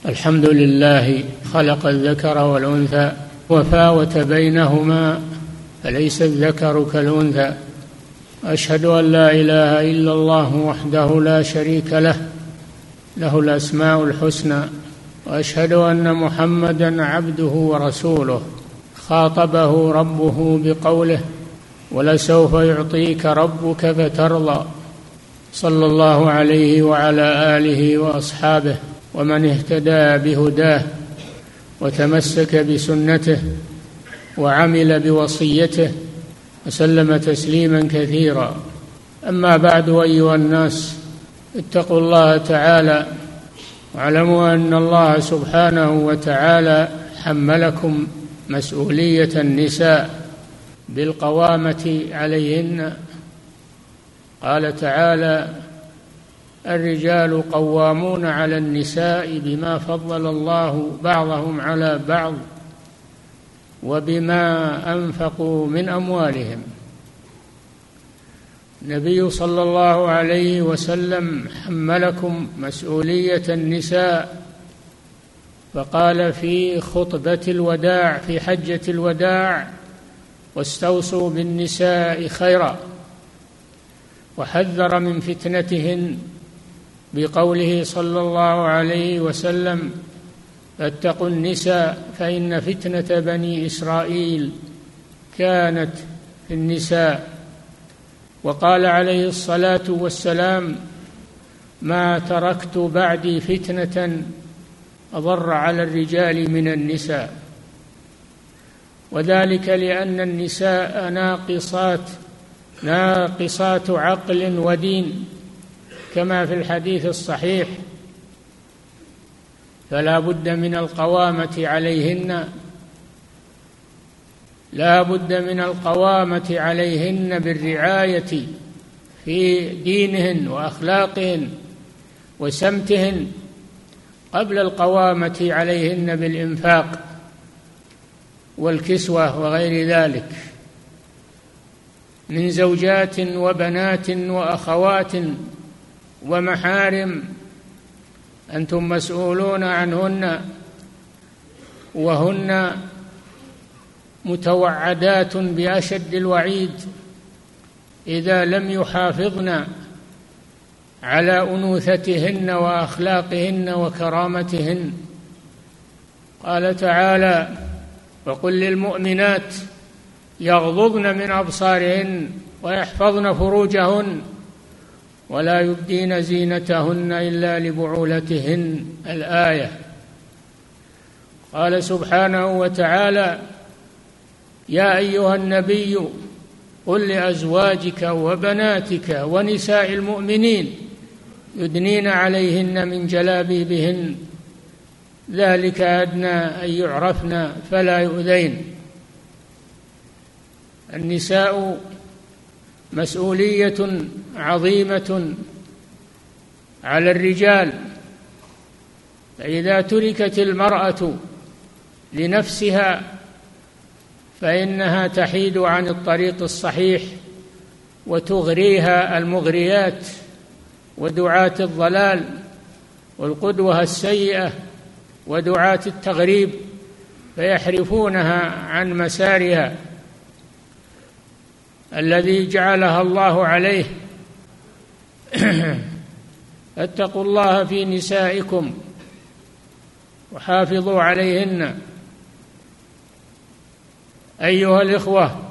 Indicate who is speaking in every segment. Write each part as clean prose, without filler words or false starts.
Speaker 1: الحمد لله خلق الذكر والأنثى وفاوت بينهما فليس الذكر كالأنثى. أشهد أن لا إله إلا الله وحده لا شريك له، له الأسماء الحسنى، وأشهد أن محمدا عبده ورسوله، خاطبه ربه بقوله ولسوف يعطيك ربك فترضى، صلى الله عليه وعلى آله وأصحابه ومن اهتدى بهداه وتمسك بسنته وعمل بوصيته وسلم تسليما كثيرا. أما بعد، أيها الناس، اتقوا الله تعالى واعلموا أن الله سبحانه وتعالى حملكم مسؤولية النساء بالقوامة عليهن. قال تعالى: الرجال قوامون على النساء بما فضل الله بعضهم على بعض وبما أنفقوا من أموالهم. النبي صلى الله عليه وسلم حملكم مسؤولية النساء، فقال في خطبة الوداع في حجة الوداع: واستوصوا بالنساء خيرا، وحذر من فتنتهن بقوله صلى الله عليه وسلم: فاتقوا النساء فإن فتنة بني إسرائيل كانت في النساء. وقال عليه الصلاة والسلام: ما تركت بعدي فتنة أضر على الرجال من النساء. وذلك لأن النساء ناقصات عقل ودين، كما في الحديث الصحيح، فلا بد من القوامة عليهن، لا بد من القوامة عليهن بالرعاية في دينهن وأخلاقهن وسمتهن قبل القوامة عليهن بالإنفاق والكسوة وغير ذلك من زوجات وبنات وأخوات ومحارم أنتم مسؤولون عنهن، وهن متوعدات بأشد الوعيد إذا لم يحافظن على أنوثتهن وأخلاقهن وكرامتهن. قال تعالى: وقل للمؤمنات يغضضن من أبصارهن ويحفظن فروجهن ولا يبدين زينتهن إلا لبعولتهن. الآية. قال سبحانه وتعالى: يا أيها النبي قل لأزواجك وبناتك ونساء المؤمنين يدنين عليهن من جلابيبهن ذلك أدنى أن يعرفن فلا يؤذين. النساء مسؤولية عظيمة على الرجال، فإذا تركت المرأة لنفسها فإنها تحيد عن الطريق الصحيح وتغريها المغريات ودعاة الضلال والقدوة السيئة ودعاة التغريب، فيحرفونها عن مسارها الذي جعلها الله عليه. اتقوا الله في نسائكم وحافظوا عليهن. أيها الإخوة،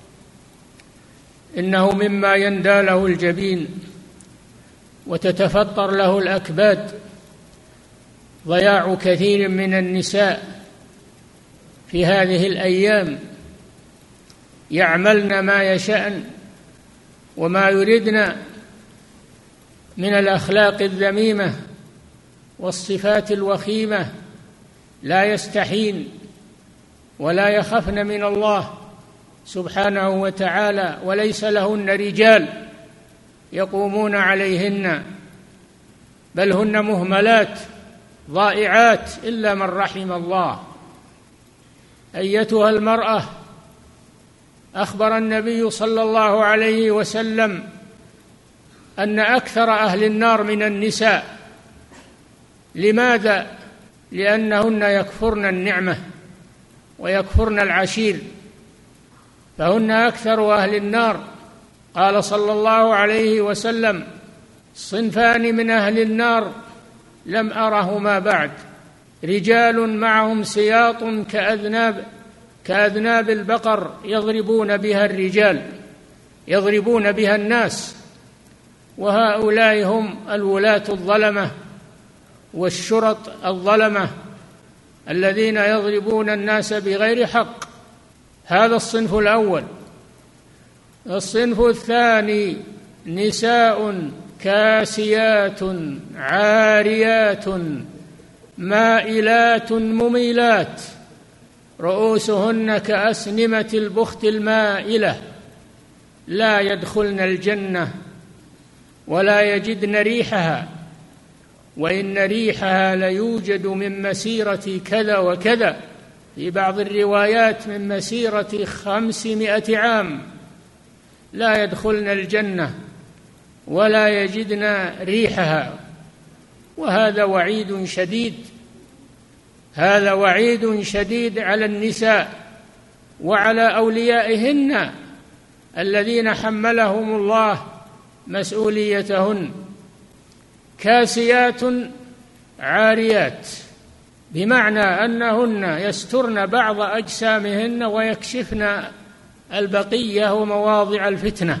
Speaker 1: إنه مما يندى له الجبين وتتفطر له الأكباد ضياع كثير من النساء في هذه الأيام، يعملن ما يشأن وما يردن من الأخلاق الذميمة والصفات الوخيمة، لا يستحين ولا يخفن من الله سبحانه وتعالى، وليس لهن رجال يقومون عليهن، بل هن مهملات ضائعات إلا من رحم الله. أيتها المرأة، أخبر النبي صلى الله عليه وسلم أن أكثر أهل النار من النساء. لماذا؟ لأنهن يكفرن النعمة ويكفرن العشير، فهن أكثر أهل النار. قال صلى الله عليه وسلم: صنفان من أهل النار لم أرهما بعد: رجال معهم سياط كأذناب البقر يضربون بها الناس، وهؤلاء هم الولاة الظلمة والشرط الظلمة الذين يضربون الناس بغير حق. هذا الصنف الأول. الصنف الثاني: نساء كاسيات عاريات مائلات مميلات رؤوسهن كأسنمة البخت المائلة لا يدخلن الجنة ولا يجدن ريحها، وإن ريحها ليوجد من مسيرة كذا وكذا، في بعض الروايات من مسيرة 500 عام، لا يدخلن الجنة ولا يجدن ريحها. وهذا وعيد شديد، هذا وعيد شديد على النساء وعلى أوليائهن الذين حملهم الله مسؤوليتهن. كاسيات عاريات، بمعنى أنهن يسترن بعض أجسامهن ويكشفن البقية ومواضع الفتنة.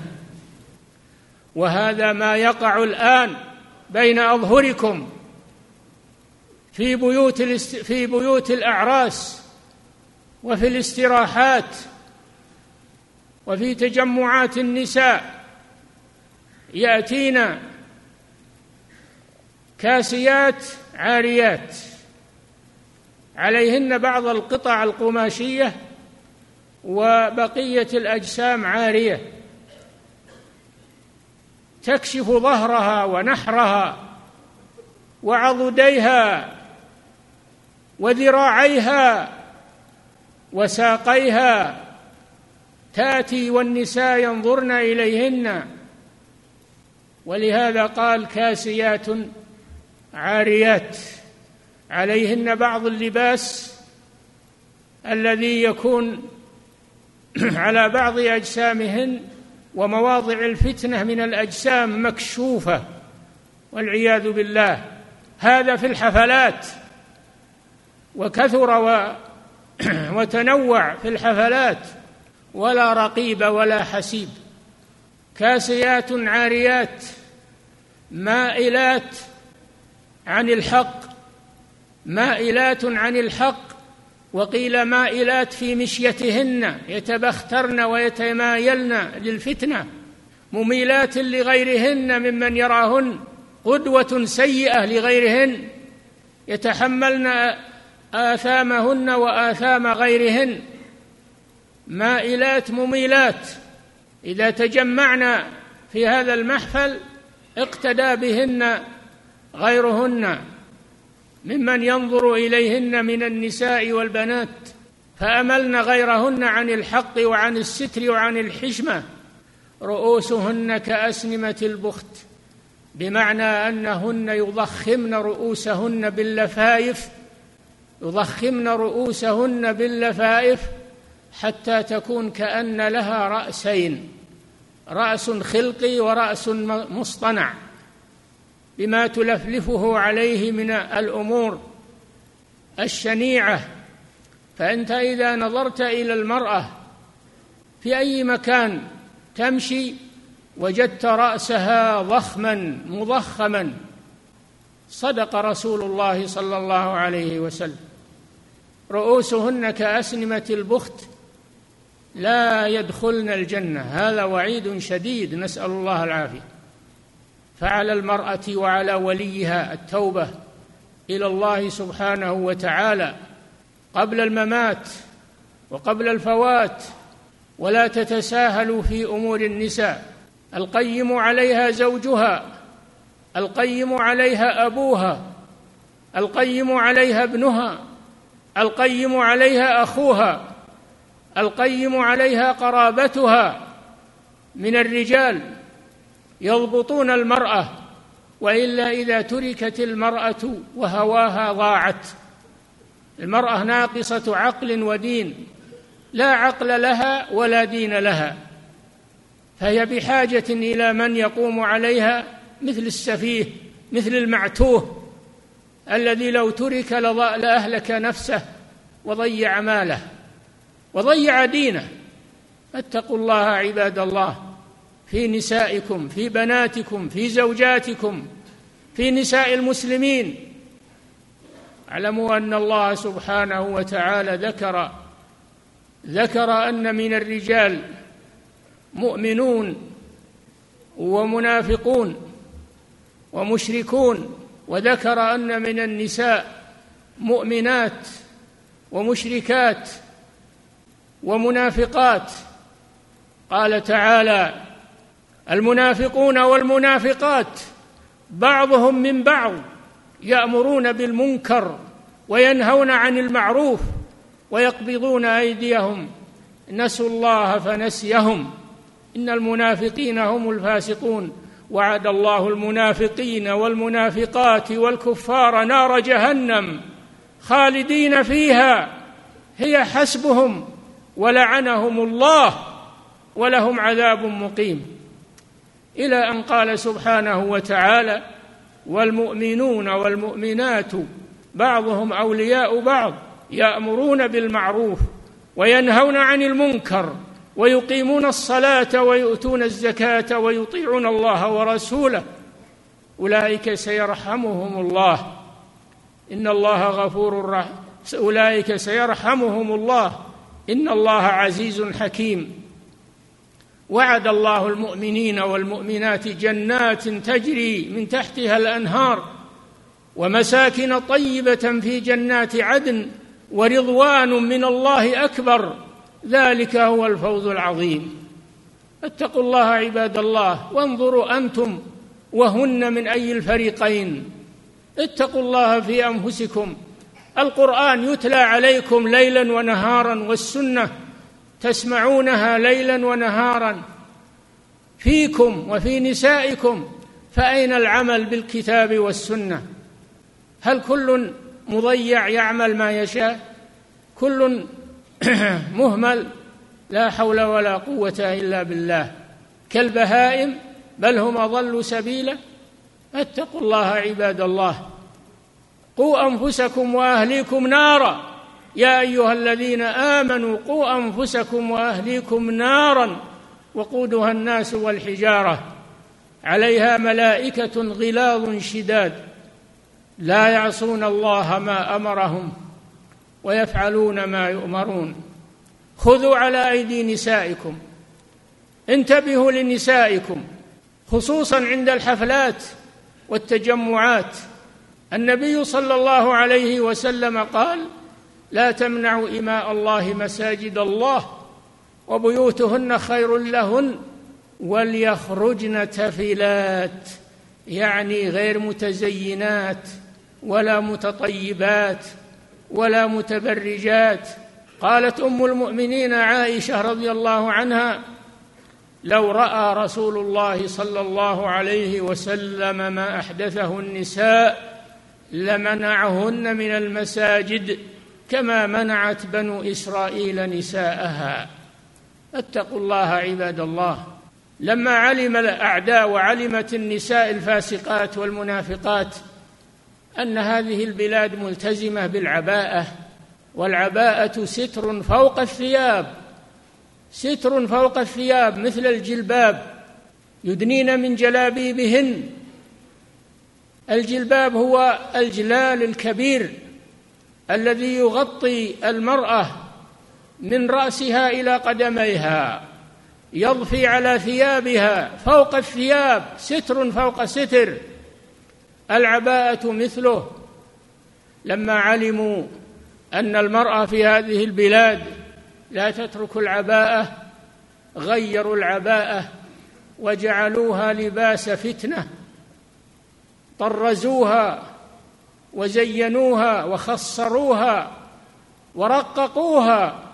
Speaker 1: وهذا ما يقع الآن بين أظهركم في بيوت الأعراس وفي الاستراحات وفي تجمعات النساء، يأتين كاسيات عاريات عليهن بعض القطع القماشية وبقية الأجسام عارية، تكشف ظهرها ونحرها وعضديها وذراعيها وساقيها، تأتي والنساء ينظرن إليهن. ولهذا قال كاسيات عاريات، عليهن بعض اللباس الذي يكون على بعض أجسامهن ومواضع الفتنة من الأجسام مكشوفة والعياذ بالله. هذا في الحفلات، وكثر وتنوع في الحفلات، ولا رقيب ولا حسيب. كاسيات عاريات مائلات عن الحق، مائلات عن الحق، وقيل مائلات في مشيتهن، يتبخترن ويتمايلن للفتنة، مميلات لغيرهن ممن يراهن قدوة سيئة لغيرهن، يتحملن آثامهن وآثام غيرهن. مائلات مميلات، إذا تجمعنا في هذا المحفل اقتدى بهن غيرهن ممن ينظر إليهن من النساء والبنات، فأملن غيرهن عن الحق وعن الستر وعن الحشمة. رؤوسهن كأسنمة البخت، بمعنى أنهن يضخمن رؤوسهن باللفائف، يضخمن رؤوسهن باللفائف حتى تكون كأن لها رأسين، رأس خلقي ورأس مصطنع، بما تلفلفه عليه من الأمور الشنيعة. فأنت إذا نظرت إلى المرأة في أي مكان تمشي وجدت رأسها ضخما مضخما. صدق رسول الله صلى الله عليه وسلم: رؤوسهن كأسنمة البخت لا يدخلن الجنة. هذا وعيد شديد، نسأل الله العافية. فعلى المرأة وعلى وليها التوبة إلى الله سبحانه وتعالى قبل الممات وقبل الفوات، ولا تتساهلوا في أمور النساء. القيم عليها زوجها، القيم عليها أبوها، القيم عليها ابنها، القيم عليها أخوها، القيم عليها قرابتها من الرجال، يضبطون المرأة، وإلا إذا تركت المرأة وهواها ضاعت المرأة ناقصة عقل ودين، لا عقل لها ولا دين لها، فهي بحاجة إلى من يقوم عليها، مثل السفيه، مثل المعتوه الذي لو ترك لأهلك نفسه وضيع ماله وضيع دينه. اتقوا الله عباد الله في نسائكم، في بناتكم، في زوجاتكم، في نساء المسلمين. اعلموا أن الله سبحانه وتعالى ذكر أن من الرجال مؤمنون ومنافقون ومشركون، وذكر أن من النساء مؤمنات ومشركات ومنافقات. قال تعالى: المنافقون والمنافقات بعضهم من بعض يأمرون بالمنكر وينهون عن المعروف ويقبضون أيديهم نسوا الله فنسيهم إن المنافقين هم الفاسقون وعد الله المنافقين والمنافقات والكفار نار جهنم خالدين فيها هي حسبهم ولعنهم الله ولهم عذاب مقيم، إلى أن قال سبحانه وتعالى: والمؤمنون والمؤمنات بعضهم أولياء بعض يأمرون بالمعروف وينهون عن المنكر ويقيمون الصلاة ويؤتون الزكاة ويطيعون الله ورسوله أولئك سيرحمهم الله إن الله غفور رحيم أولئك سيرحمهم الله إن الله عزيز حكيم. وعد الله المؤمنين والمؤمنات جنات تجري من تحتها الأنهار ومساكن طيبة في جنات عدن ورضوان من الله أكبر ذلك هو الفوز العظيم. اتقوا الله عباد الله وانظروا أنتم وهن من أي الفريقين. اتقوا الله في أنفسكم. القرآن يتلى عليكم ليلا ونهارا، والسنة تسمعونها ليلا ونهارا فيكم وفي نسائكم، فأين العمل بالكتاب والسنة؟ هل كل مضيع يعمل ما يشاء؟ كل مهمل؟ لا حول ولا قوة إلا بالله، كالبهائم بل هم أضل سبيلا. اتقوا الله عباد الله. قوا أنفسكم وأهليكم نارا يا أيها الذين آمنوا قوا أنفسكم وأهليكم نارا وقودها الناس والحجارة عليها ملائكة غلاظ شداد لا يعصون الله ما أمرهم ويفعلون ما يؤمرون. خذوا على أيدي نسائكم، انتبهوا لنسائكم خصوصا عند الحفلات والتجمعات. النبي صلى الله عليه وسلم قال: لا تمنعوا إماء الله مساجد الله وبيوتهن خير لهن وليخرجن تفلات، يعني غير متزينات ولا متطيبات ولا متبرجات. قالت أم المؤمنين عائشة رضي الله عنها: لو رأى رسول الله صلى الله عليه وسلم ما أحدثه النساء لمنعهن من المساجد كما منعت بنو إسرائيل نساءها. اتقوا الله عباد الله. لما علم الأعداء وعلمت النساء الفاسقات والمنافقات أن هذه البلاد ملتزمة بالعباءة، والعباءة ستر فوق الثياب، ستر فوق الثياب مثل الجلباب، يدنين من جلابيبهن. الجلباب هو الجلال الكبير الذي يغطي المرأة من رأسها إلى قدميها، يضفي على ثيابها فوق الثياب، ستر فوق ستر. العباءة مثله. لما علموا أن المرأة في هذه البلاد لا تترك العباءة غيروا العباءة وجعلوها لباس فتنة، طرزوها وزينوها وخصروها ورققوها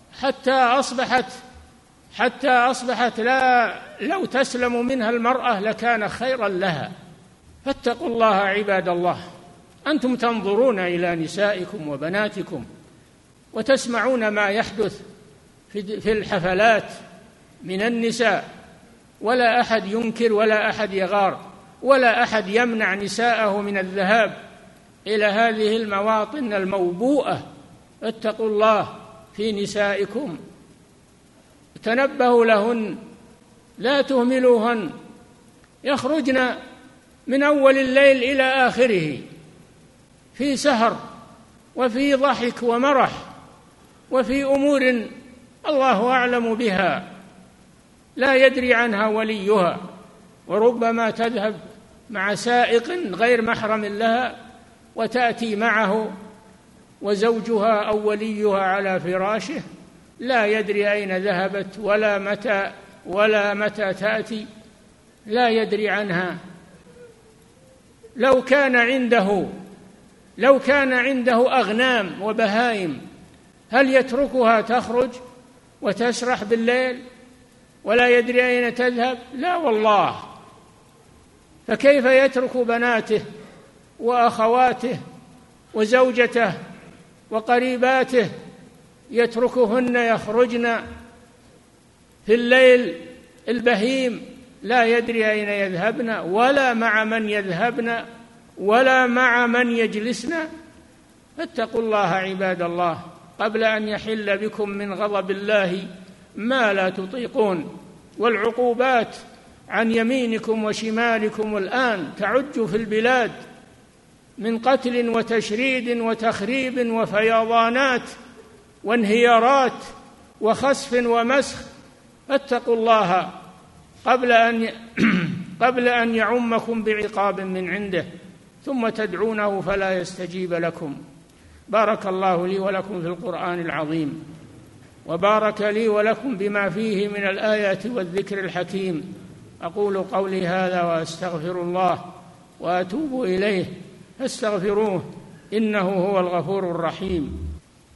Speaker 1: حتى أصبحت لو تسلم منها المرأة لكان خيرا لها. فاتقوا الله عباد الله. أنتم تنظرون إلى نسائكم وبناتكم وتسمعون ما يحدث في الحفلات من النساء، ولا أحد ينكر ولا أحد يغار ولا أحد يمنع نساءه من الذهاب إلى هذه المواطن الموبوءة. اتقوا الله في نسائكم، تنبهوا لهن، لا تهملوهن، يخرجن من أول الليل إلى آخره في سهر وفي ضحك ومرح وفي أمور الله أعلم بها لا يدري عنها وليها، وربما تذهب مع سائق غير محرم لها وتأتي معه وزوجها أو وليها على فراشه لا يدري أين ذهبت ولا متى تأتي، لا يدري عنها. لو كان عنده أغنام وبهائم هل يتركها تخرج وتسرح بالليل ولا يدري أين تذهب؟ لا والله. فكيف يترك بناته وأخواته وزوجته وقريباته، يتركهن يخرجن في الليل البهيم لا يدري أين يذهبن ولا مع من يذهبن ولا مع من يجلسن؟ فاتقوا الله عباد الله قبل أن يحل بكم من غضب الله ما لا تطيقون. والعقوبات عن يمينكم وشمالكم الآن تعج في البلاد من قتل وتشريد وتخريب وفيضانات وانهيارات وخسف ومسخ. فاتقوا الله قبل أن يعمكم بعقاب من عنده ثم تدعونه فلا يستجيب لكم. بارك الله لي ولكم في القرآن العظيم، وبارك لي ولكم بما فيه من الآيات والذكر الحكيم. أقول قولي هذا وأستغفر الله وأتوب إليه فاستغفروه إنه هو الغفور الرحيم.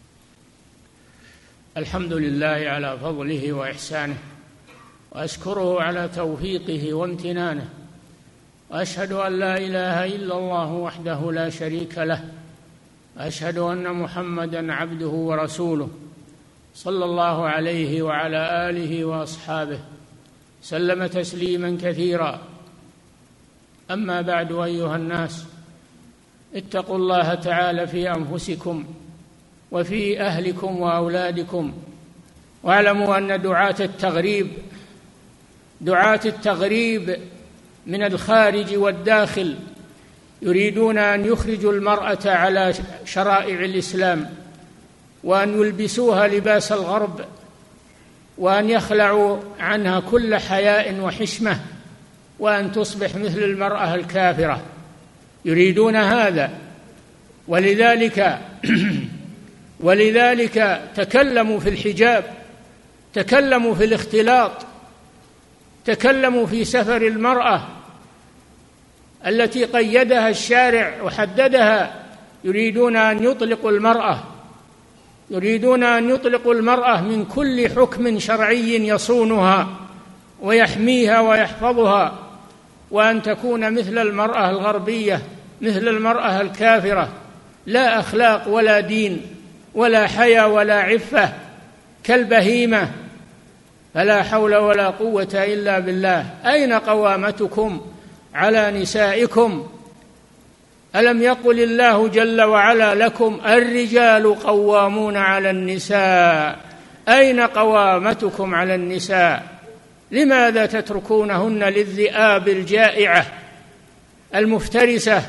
Speaker 1: الحمد لله على فضله وإحسانه، وأشكره على توفيقه وامتنانه، وأشهد أن لا إله إلا الله وحده لا شريك له، وأشهد أن محمدًا عبده ورسوله صلى الله عليه وعلى آله وأصحابه سلم تسليمًا كثيرا. أما بعد، أيها الناس، اتقوا الله تعالى في أنفسكم وفي أهلكم وأولادكم، واعلموا أن دعاة التغريب من الخارج والداخل يريدون أن يخرجوا المرأة على شرائع الإسلام، وأن يلبسوها لباس الغرب، وأن يخلعوا عنها كل حياء وحشمة، وأن تصبح مثل المرأة الكافرة. يريدون هذا، ولذلك تكلموا في الحجاب، تكلموا في الاختلاط، تكلموا في سفر المرأة التي قيدها الشارع وحددها. يريدون أن يطلقوا المرأة من كل حكم شرعي يصونها ويحميها ويحفظها، وأن تكون مثل المرأة الغربية، مثل المرأة الكافرة، لا أخلاق ولا دين ولا حيا ولا عفة، كالبهيمة. فلا حول ولا قوة إلا بالله. أين قوامتكم على نسائكم؟ ألم يقل الله جل وعلا لكم الرجال قوامون على النساء؟ أين قوامتكم على النساء؟ لماذا تتركونهن للذئاب الجائعة المفترسة؟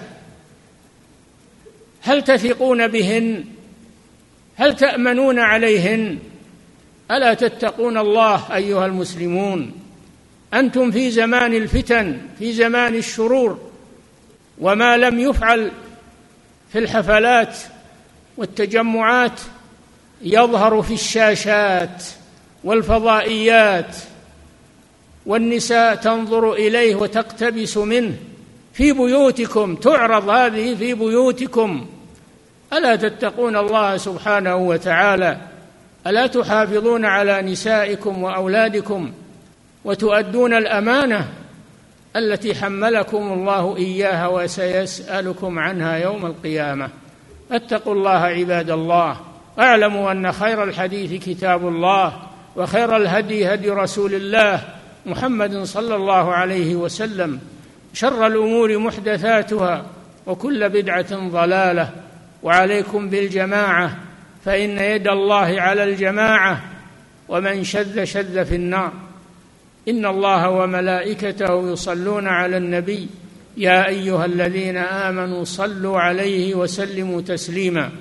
Speaker 1: هل تثقون بهن؟ هل تأمنون عليهن؟ ألا تتقون الله أيها المسلمون؟ أنتم في زمان الفتن، في زمان الشرور، وما لم يفعل في الحفلات والتجمعات يظهر في الشاشات والفضائيات، والنساء تنظر إليه وتقتبس منه في بيوتكم، تعرض هذه في بيوتكم. ألا تتقون الله سبحانه وتعالى؟ ألا تحافظون على نسائكم وأولادكم وتؤدون الأمانة التي حملكم الله إياها وسيسألكم عنها يوم القيامة. اتقوا الله عباد الله، اعلموا أن خير الحديث كتاب الله، وخير الهدي هدي رسول الله محمد صلى الله عليه وسلم، شر الأمور محدثاتها، وكل بدعة ضلالة. وعليكم بالجماعة، فإن يد الله على الجماعة، ومن شذ شذ في النار. إن الله وملائكته يصلون على النبي، يا أيها الذين آمنوا صلوا عليه وسلموا تسليما.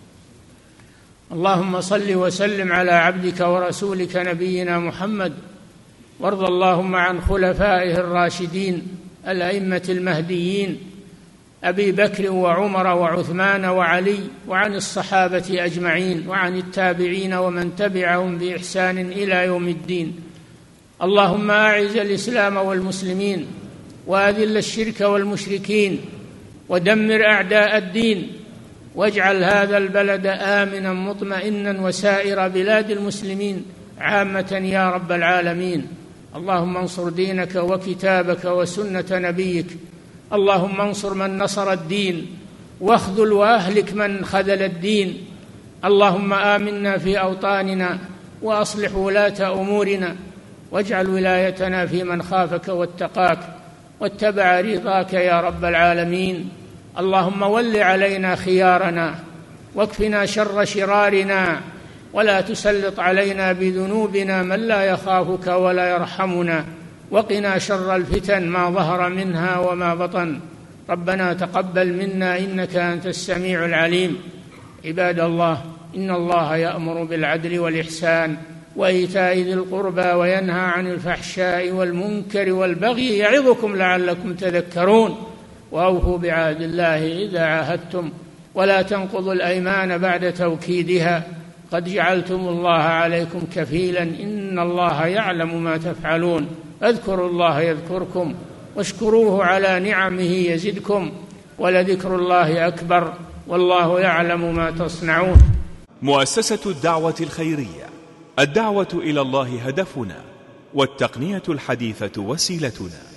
Speaker 1: اللهم صل وسلم على عبدك ورسولك نبينا محمد، وارض اللهم عن خلفائه الراشدين الأئمة المهديين أبي بكر وعمر وعثمان وعلي، وعن الصحابة أجمعين، وعن التابعين ومن تبعهم بإحسان إلى يوم الدين. اللهم أعز الإسلام والمسلمين، وأذل الشرك والمشركين، ودمر أعداء الدين، واجعل هذا البلد آمنا مطمئنا، وسائر بلاد المسلمين عامة يا رب العالمين. اللهم انصر دينك وكتابك وسنة نبيك. اللهم انصر من نصر الدين، واخذل وأهلك من خذل الدين. اللهم آمنا في أوطاننا، وأصلح ولاة أمورنا، واجعل ولايتنا في من خافك واتقاك واتبع رضاك يا رب العالمين. اللهم ول علينا خيارنا، واكفنا شر شرارنا، ولا تسلط علينا بذنوبنا من لا يخافك ولا يرحمنا، وقنا شر الفتن ما ظهر منها وما بطن. ربنا تقبل منا إنك أنت السميع العليم. عباد الله، إن الله يأمر بالعدل والإحسان وإيتاء ذي القربى، وينهى عن الفحشاء والمنكر والبغي، يعظكم لعلكم تذكرون. وأوفوا بعهد الله إذا عاهدتم، ولا تنقضوا الأيمان بعد توكيدها، قد جعلتم الله عليكم كفيلا، إن الله يعلم ما تفعلون. اذكروا الله يذكركم، واشكروه على نعمه يزدكم، ولذكر الله أكبر، والله يعلم ما تصنعون.
Speaker 2: مؤسسة الدعوة الخيرية، الدعوة إلى الله هدفنا، والتقنية الحديثة وسيلتنا.